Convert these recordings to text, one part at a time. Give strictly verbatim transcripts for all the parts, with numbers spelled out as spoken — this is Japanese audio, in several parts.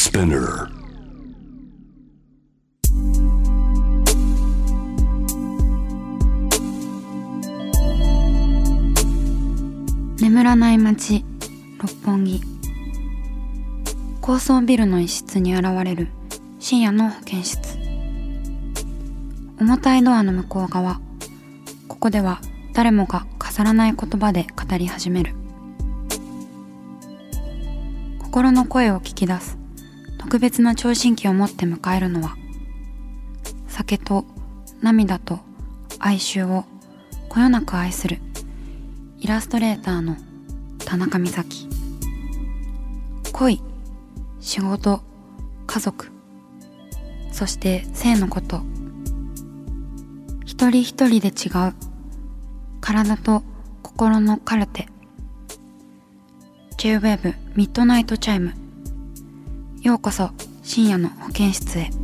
Spinner。 眠らない街六本木。高層ビルの一室に現れる深夜の保健室。重たいドアの向こう側、ここでは誰もが飾らない言葉で語り始める。心の声を聞き出す特別な聴診器を持って迎えるのは、酒と涙と哀愁をこよなく愛するイラストレーターの田中美咲。恋、仕事、家族、そして性のこと、一人一人で違う体と心のカルテ。 J-ウェーブ ミッドナイトチャイム。ようこそ深夜の保健室へ。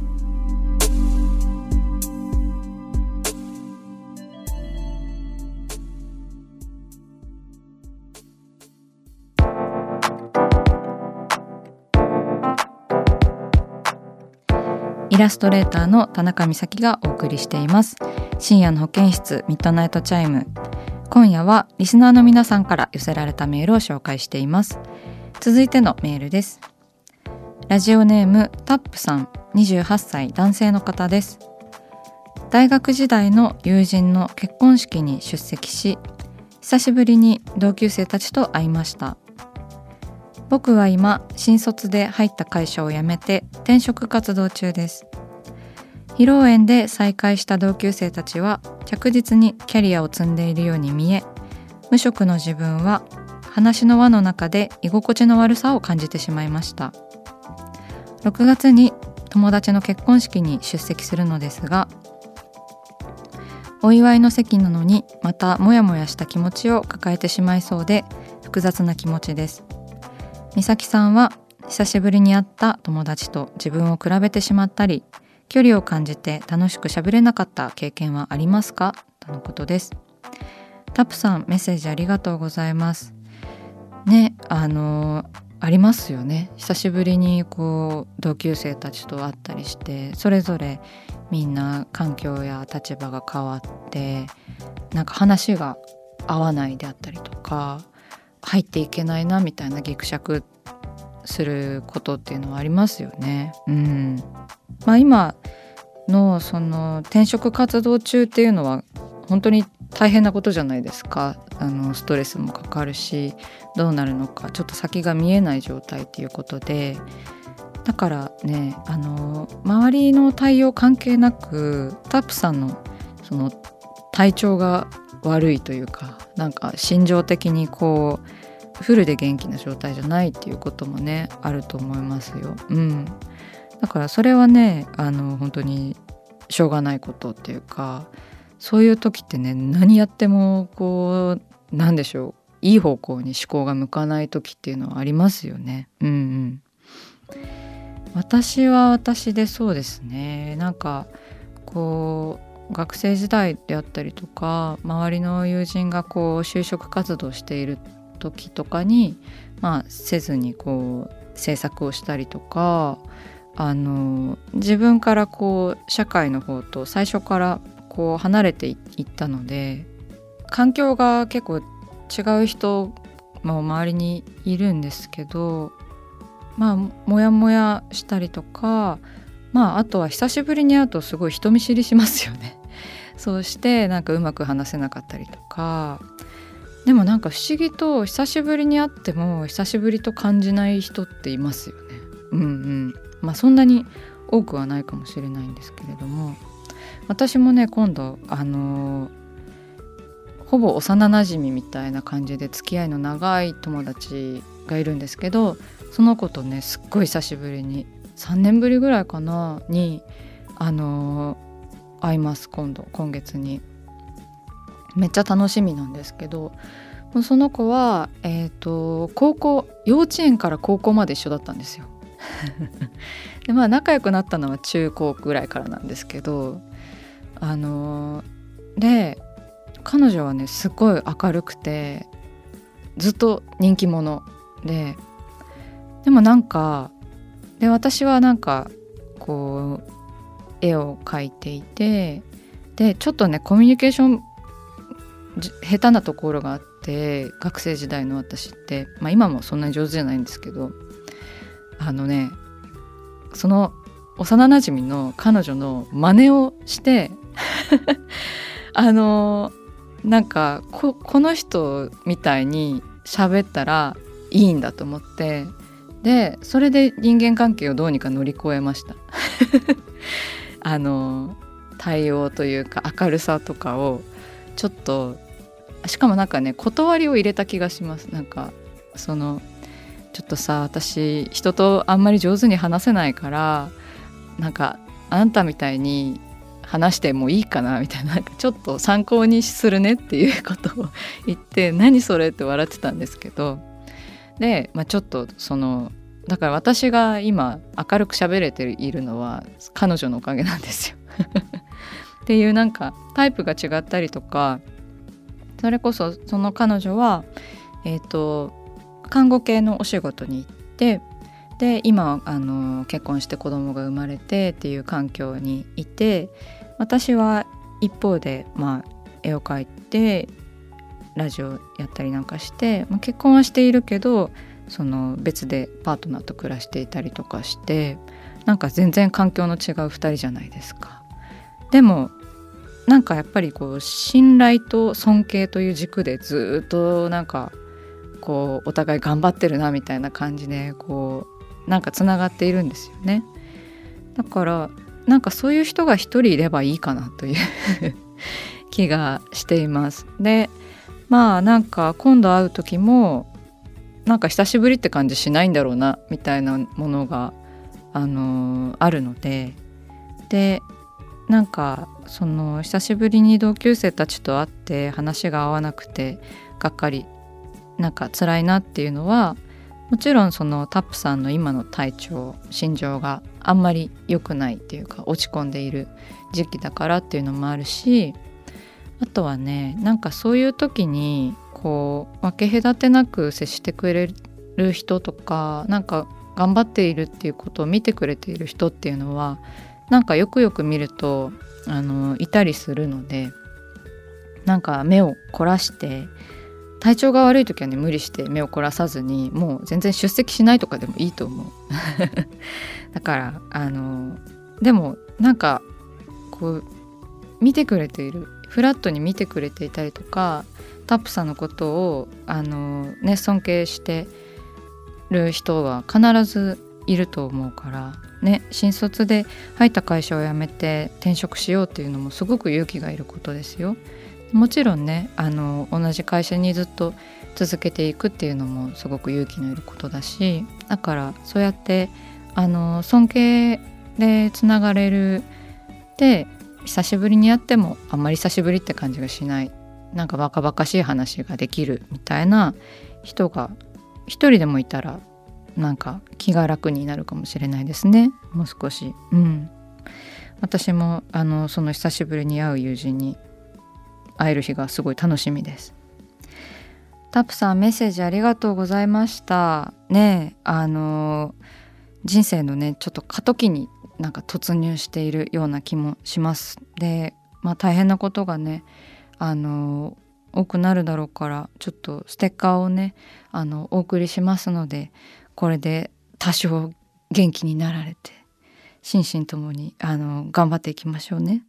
イラストレーターの田中美咲がお送りしています深夜の保健室ミッドナイトチャイム。今夜はリスナーの皆さんから寄せられたメールを紹介しています。続いてのメールです。ラジオネームタップさん、にじゅうはっさい男性の方です。大学時代の友人の結婚式に出席し、久しぶりに同級生たちと会いました。僕は今新卒で入った会社を辞めて転職活動中です。披露宴で再会した同級生たちは着実にキャリアを積んでいるように見え、無職の自分は話の輪の中で居心地の悪さを感じてしまいました。ろくがつに友達の結婚式に出席するのですが、お祝いの席なのにまたモヤモヤした気持ちを抱えてしまいそうで複雑な気持ちです。美咲さんは久しぶりに会った友達と自分を比べてしまったり、距離を感じて楽しく喋れなかった経験はありますか、とのことです。タップさん、メッセージありがとうございますね。あのありますよね。久しぶりにこう同級生たちと会ったりして、それぞれみんな環境や立場が変わって、なんか話が合わないであったりとか、入っていけないなみたいなギクシャクすることっていうのはありますよね。うん。まあ今のその転職活動中っていうのは本当に大変なことじゃないですか。あのストレスもかかるし、どうなるのかちょっと先が見えない状態っていうことで、だからね、あの周りの対応関係なくタップさんのその体調が悪いというか、なんか心情的にこうフルで元気な状態じゃないっていうこともねあると思いますよ。うん。だからそれはね、あの本当にしょうがないことっていうか、そういう時ってね、何やってもこうなんでしょう、いい方向に思考が向かない時っていうのはありますよね。うんうん。私は私でそうですね、なんかこう学生時代であったりとか、周りの友人がこう就職活動している時とかに、まあせずにこう制作をしたりとか、あの自分からこう社会の方と最初からこう離れていったので、環境が結構違う人も周りにいるんですけど、まあモヤモヤしたりとか、まああとは久しぶりに会うとすごい人見知りしますよね。そうしてなんかうまく話せなかったりとか、でもなんか不思議と久しぶりに会っても久しぶりと感じない人っていますよね。うんうん。まあそんなに多くはないかもしれないんですけれども、私もね今度あのー、ほぼ幼なじみみたいな感じで付き合いの長い友達がいるんですけど、その子とねすっごい久しぶりにさんねんぶりぐらいかなにあのー、会います。今度今月に。めっちゃ楽しみなんですけど、その子はえっと高校幼稚園から高校まで一緒だったんですよ。でまあ仲良くなったのは中高ぐらいからなんですけど、あのー、で彼女はねすごい明るくてずっと人気者で、でもなんかで私はなんかこう絵を描いていて、でちょっとねコミュニケーション下手なところがあって、学生時代の私って、まあ、今もそんなに上手じゃないんですけど、あのねその幼なじみの彼女の真似をしてあのなんか こ, この人みたいに喋ったらいいんだと思って、でそれで人間関係をどうにか乗り越えましたあの対応というか明るさとかをちょっと、しかもなんかね断りを入れた気がします。なんかそのちょっとさ私人とあんまり上手に話せないから、なんかあんたみたいに話してもいいかなみたい な, なんかちょっと参考にするねっていうことを言って、何それって笑ってたんですけど、で、まあ、ちょっとそのだから私が今明るく喋れているのは彼女のおかげなんですよっていうなんかタイプが違ったりとか、それこそその彼女はえっと看護系のお仕事に行って、で今あの結婚して子供が生まれてっていう環境にいて、私は一方で、まあ、絵を描いてラジオやったりなんかして、まあ、結婚はしているけどその別でパートナーと暮らしていたりとかして、なんか全然環境の違うふたりじゃないですか。でもなんかやっぱりこう信頼と尊敬という軸でずっとなんかこうお互い頑張ってるなみたいな感じでこうなんかつながっているんですよね。だからなんかそういう人が一人いればいいかなという気がしています。でまあなんか今度会う時もなんか久しぶりって感じしないんだろうなみたいなものが、あのー、あるので、でなんかその久しぶりに同級生たちと会って話が合わなくてがっかりなんか辛いなっていうのは、もちろんそのタップさんの今の体調心情があんまり良くないっていうか落ち込んでいる時期だからっていうのもあるし、あとはねなんかそういう時にこう分け隔てなく接してくれる人とか、なんか頑張っているっていうことを見てくれている人っていうのはなんかよくよく見るとあのいたりするので、なんか目を凝らして体調が悪い時はね無理して目を凝らさずにもう全然出席しないとかでもいいと思うだからあのでもなんかこう見てくれているフラットに見てくれていたりとか、タップさんのことをあの、ね、尊敬してる人は必ずいると思うからね、新卒で入った会社を辞めて転職しようっていうのもすごく勇気がいることですよ。もちろんねあの同じ会社にずっと続けていくっていうのもすごく勇気のいることだし、だからそうやってあの尊敬でつながれる、で久しぶりに会ってもあんまり久しぶりって感じがしない、なんかバカバカしい話ができるみたいな人が一人でもいたらなんか気が楽になるかもしれないですね、もう少し。うん、私もあのその久しぶりに会う友人に会える日がすごい楽しみです。タップさんメッセージありがとうございましたね。あの人生のねちょっと過渡期になんか突入しているような気もします。で、まあ、大変なことがねあの多くなるだろうから、ちょっとステッカーをねあのお送りしますので、これで多少元気になられて心身ともにあの頑張っていきましょうね。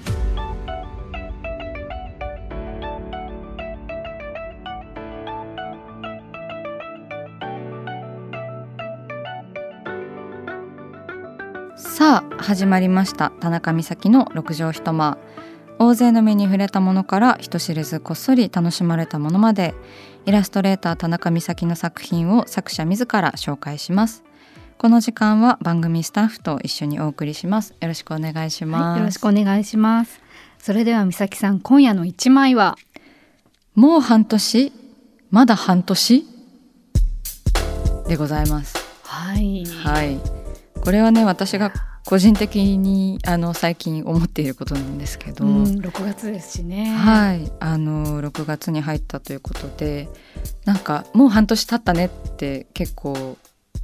さあ始まりました田中美咲の六畳一間。大勢の目に触れたものから人知れずこっそり楽しまれたものまで、イラストレーター田中美咲の作品を作者自ら紹介します。この時間は番組スタッフと一緒にお送りします。よろしくお願いします、 はい、よろしくお願いします。それでは美咲さん、今夜の一枚はもう半年まだ半年でございます。 はい、 はい、これはね私が個人的にあの最近思っていることなんですけど、うん、 ろくがつですしね。 はい、あのろくがつに入ったということで、なんかもう半年経ったねって結構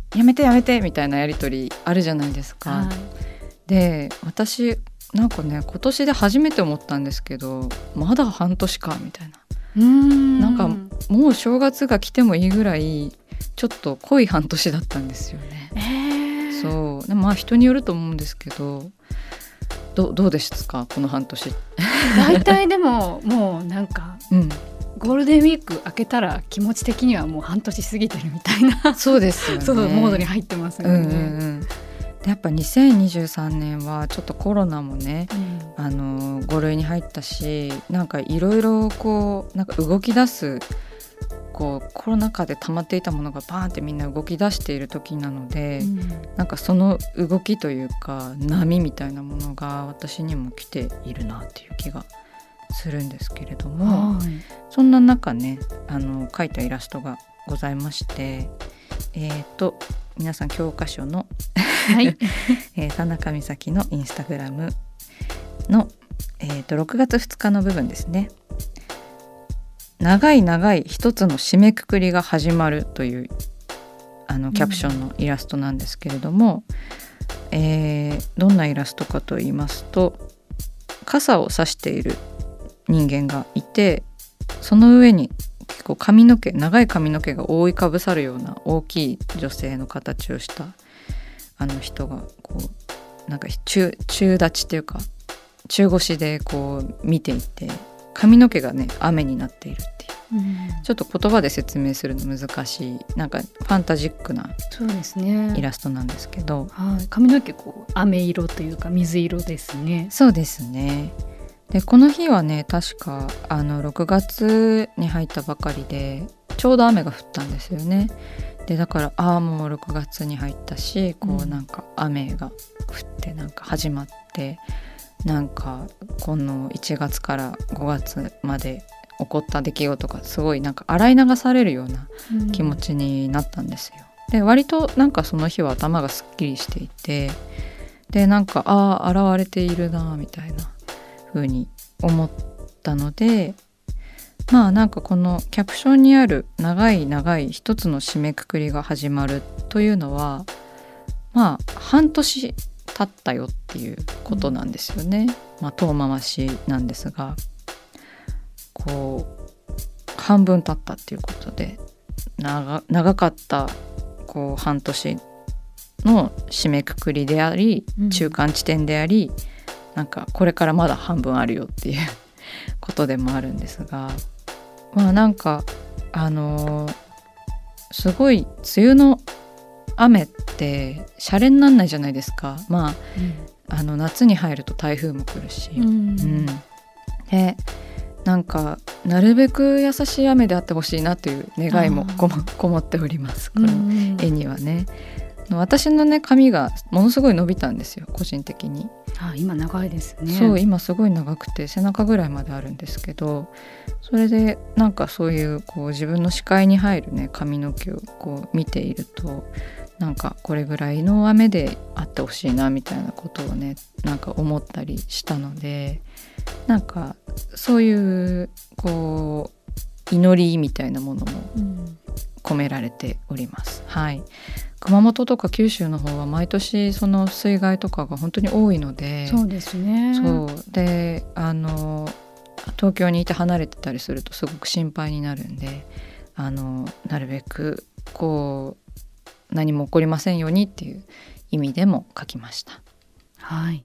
やめてやめてみたいなやり取りあるじゃないですか、 はい、 で私なんかね今年で初めて思ったんですけどまだ半年かみたいな、 うーんなんかもう正月が来てもいいぐらいちょっと濃い半年だったんですよね、 えー、 そうでもまあ人によると思うんですけど ど, どうですかこの半年。 大体でももうなんか、 うん、 ゴールデンウィーク明けたら気持ち的にはもう半年過ぎてるみたいなそうですよねそうモードに入ってますよね、 うんうんうん、でやっぱにせんにじゅうさんねんはちょっとコロナもね、うん、あのご類に入ったしなんかいろいろこうなんか動き出すこうコロナ禍で溜まっていたものがバーンってみんな動き出している時なので、うん、なんかその動きというか波みたいなものが私にも来ているなっていう気がするんですけれども、はい、そんな中ねあの描いたイラストがございまして、えーと皆さん教科書の、はいえー、田中美咲のインスタグラムの、えーとろくがつふつかの部分ですね。長い長い一つの締めくくりが始まるというあのキャプションのイラストなんですけれども、うんえー、どんなイラストかと言いますと傘を差している人間がいてその上に結構髪の毛長い髪の毛が覆いかぶさるような大きい女性の形をしたあの人がこうなんか 中, 中立ちというか中腰でこう見ていて髪の毛がね雨になっているっていう、うん、ちょっと言葉で説明するの難しいなんかファンタジックなイラストなんですけど、 はい、髪の毛こう飴色というか水色ですね。 そうですね。でこの日はね確かあのろくがつに入ったばかりでちょうど雨が降ったんですよね。でだからああもうろくがつに入ったしこうなんか雨が降ってなんか始まって、うん、なんかこのいちがつからごがつまで起こった出来事がすごいなんか洗い流されるような気持ちになったんですよ、うん、で割となんかその日は頭がすっきりしていてでなんかああ現れているなみたいな風に思ったのでまあなんかこのキャプションにある長い長い一つの締めくくりが始まるというのはまあ半年経ったよっていうことなんですよね、うんまあ、遠回しなんですがこう半分経ったっていうことで 長, 長かったこう半年の締めくくりであり中間地点であり、うんなんかこれからまだ半分あるよっていうことでもあるんですがまあなんかあのー、すごい梅雨の雨ってシャレになんないじゃないですか。まあ、うん、あの夏に入ると台風も来るし、うんうん、でなんかなるべく優しい雨であってほしいなという願いもこ も, こもっておりますこの絵にはね。私のね髪がものすごい伸びたんですよ個人的に。 あ今長いですね。 そう今すごい長くて背中ぐらいまであるんですけどそれでなんかそういうこう自分の視界に入るね髪の毛をこう見ているとなんかこれぐらいの雨であってほしいなみたいなことをねなんか思ったりしたのでなんかそういうこう祈りみたいなものも込められております、うん、はい熊本とか九州の方は毎年その水害とかが本当に多いのでそうですねそうであの東京にいて離れてたりするとすごく心配になるんであのなるべくこう何も起こりませんようにっていう意味でも書きました。 はい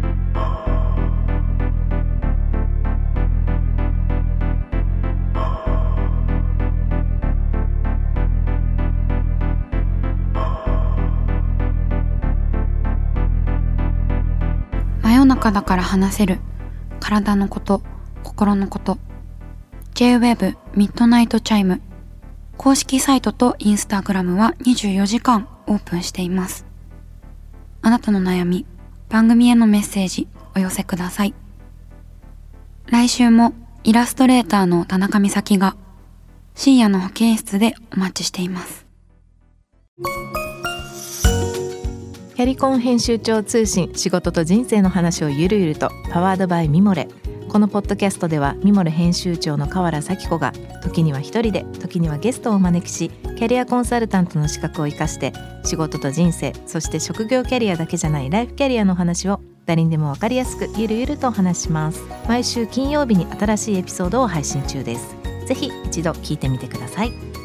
真夜中だから話せる体のこと心のこと ジェイウェブ ミッドナイトチャイム公式サイトとインスタグラムはにじゅうよじかんオープンしています。あなたの悩み番組へのメッセージお寄せください。来週もイラストレーターの田中美咲が深夜の保健室でお待ちしています。 キャリコン編集長通信仕事と人生の話をゆるゆるとパワードバイミモレ。このポッドキャストではミモレ編集長の河原咲子が時には一人で、時にはゲストをお招きし、キャリアコンサルタントの資格を生かして仕事と人生、そして職業キャリアだけじゃないライフキャリアの話を誰にでも分かりやすくゆるゆるとお話します。毎週金曜日に新しいエピソードを配信中です。ぜひ一度聞いてみてください。